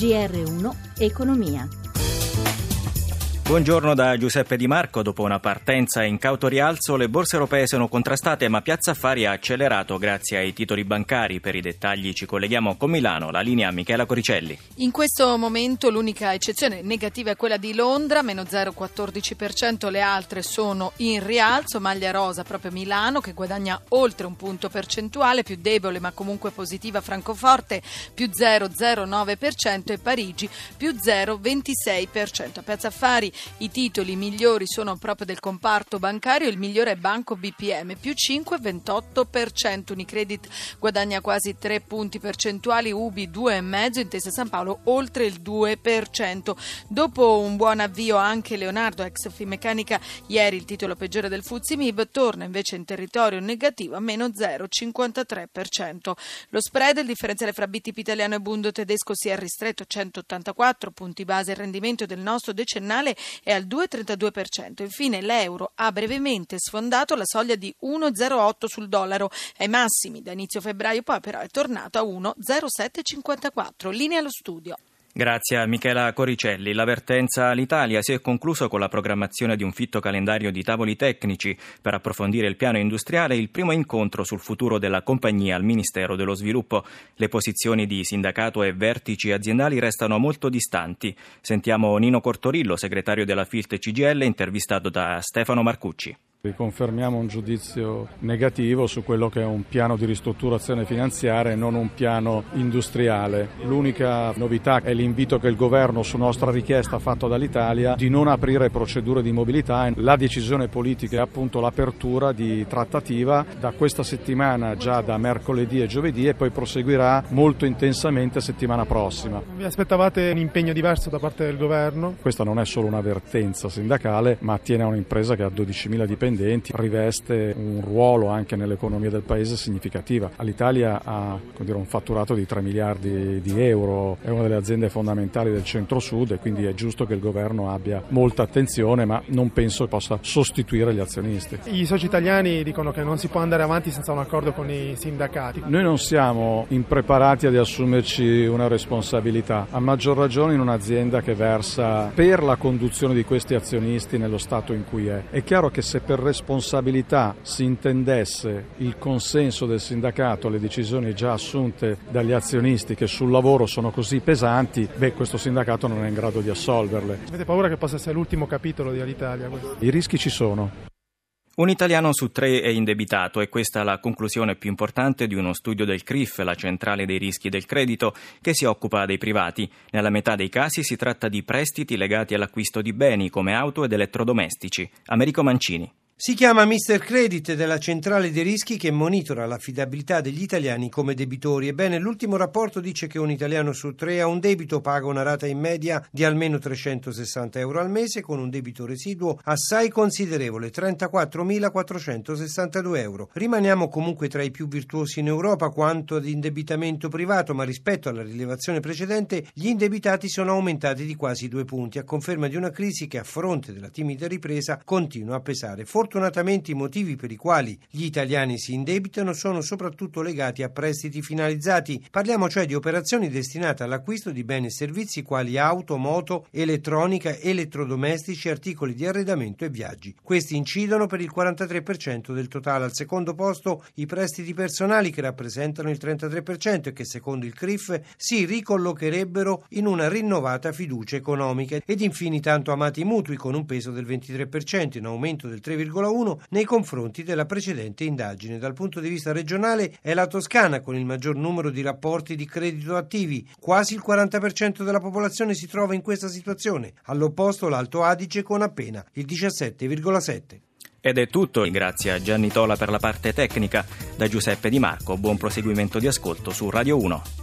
GR1 Economia. Buongiorno da Giuseppe Di Marco. Dopo una partenza in cauto rialzo, le borse europee sono contrastate, ma Piazza Affari ha accelerato grazie ai titoli bancari. Per i dettagli ci colleghiamo con Milano. La linea Michela Coricelli. In questo momento l'unica eccezione negativa è quella di Londra, meno 0,14%, le altre sono in rialzo. Maglia rosa proprio Milano, che guadagna oltre un punto percentuale, più debole ma comunque positiva Francoforte, più 0,09%, e Parigi più 0,26%. A Piazza Affari i titoli migliori sono proprio del comparto bancario, il migliore è Banco BPM, più 5,28%, Unicredit guadagna quasi 3 punti percentuali, UBI 2,5%, Intesa San Paolo oltre il 2%. Dopo un buon avvio anche Leonardo, ex Finmeccanica, ieri il titolo peggiore del FTSE MIB, torna invece in territorio negativo a meno 0,53%. Lo spread, il differenziale fra BTP italiano e Bund tedesco, si è ristretto a 184 punti base, il rendimento del nostro decennale è al 2,32%. Infine l'euro ha brevemente sfondato la soglia di 1,08 sul dollaro ai massimi da inizio febbraio, poi però è tornato a 1,0754. Linea allo studio. Grazie a Michela Coricelli. L'avvertenza all'Italia si è concluso con la programmazione di un fitto calendario di tavoli tecnici per approfondire il piano industriale e il primo incontro sul futuro della compagnia al Ministero dello Sviluppo. Le posizioni di sindacato e vertici aziendali restano molto distanti. Sentiamo Nino Cortorillo, segretario della Filt CGIL, intervistato da Stefano Marcucci. Riconfermiamo un giudizio negativo su quello che è un piano di ristrutturazione finanziaria e non un piano industriale. L'unica novità è l'invito che il governo, su nostra richiesta, ha fatto dall'Italia di non aprire procedure di mobilità. La decisione politica è appunto l'apertura di trattativa da questa settimana, già da mercoledì e giovedì, e poi proseguirà molto intensamente settimana prossima. Vi aspettavate un impegno diverso da parte del governo? Questa non è solo un'avvertenza sindacale, ma attiene a un'impresa che ha 12.000 dipendenti, riveste un ruolo anche nell'economia del paese significativa. L'Italia ha un fatturato di 3 miliardi di euro, è una delle aziende fondamentali del centro-sud e quindi è giusto che il governo abbia molta attenzione, ma non penso possa sostituire gli azionisti. I soci italiani dicono che non si può andare avanti senza un accordo con i sindacati. Noi non siamo impreparati ad assumerci una responsabilità, a maggior ragione in un'azienda che versa per la conduzione di questi azionisti nello stato in cui è. È chiaro che se per responsabilità si intendesse il consenso del sindacato alle decisioni già assunte dagli azionisti, che sul lavoro sono così pesanti, questo sindacato non è in grado di assolverle. Avete paura che possa essere l'ultimo capitolo di Alitalia? I rischi ci sono. Un italiano su 3 è indebitato, e questa è la conclusione più importante di uno studio del CRIF, la centrale dei rischi del credito, che si occupa dei privati. Nella metà dei casi si tratta di prestiti legati all'acquisto di beni come auto ed elettrodomestici. Americo Mancini. Si chiama Mr. Credit ed è la centrale dei rischi che monitora l'affidabilità degli italiani come debitori. Ebbene, l'ultimo rapporto dice che un italiano su 3 ha un debito, paga una rata in media di almeno 360 euro al mese, con un debito residuo assai considerevole, 34.462 euro. Rimaniamo comunque tra i più virtuosi in Europa quanto ad indebitamento privato, ma rispetto alla rilevazione precedente gli indebitati sono aumentati di quasi 2 punti, a conferma di una crisi che, a fronte della timida ripresa, continua a pesare. Fortunatamente i motivi per i quali gli italiani si indebitano sono soprattutto legati a prestiti finalizzati. Parliamo cioè di operazioni destinate all'acquisto di beni e servizi quali auto, moto, elettronica, elettrodomestici, articoli di arredamento e viaggi. Questi incidono per il 43% del totale. Al secondo posto i prestiti personali, che rappresentano il 33% e che secondo il CRIF si ricollocherebbero in una rinnovata fiducia economica. Ed infine i tanto amati i mutui, con un peso del 23%, in aumento del 3,1% nei confronti della precedente indagine. Dal punto di vista regionale è la Toscana con il maggior numero di rapporti di credito attivi. Quasi il 40% della popolazione si trova in questa situazione. All'opposto l'Alto Adige con appena il 17,7%. Ed è tutto, grazie a Gianni Tola per la parte tecnica. Da Giuseppe Di Marco, buon proseguimento di ascolto su Radio 1.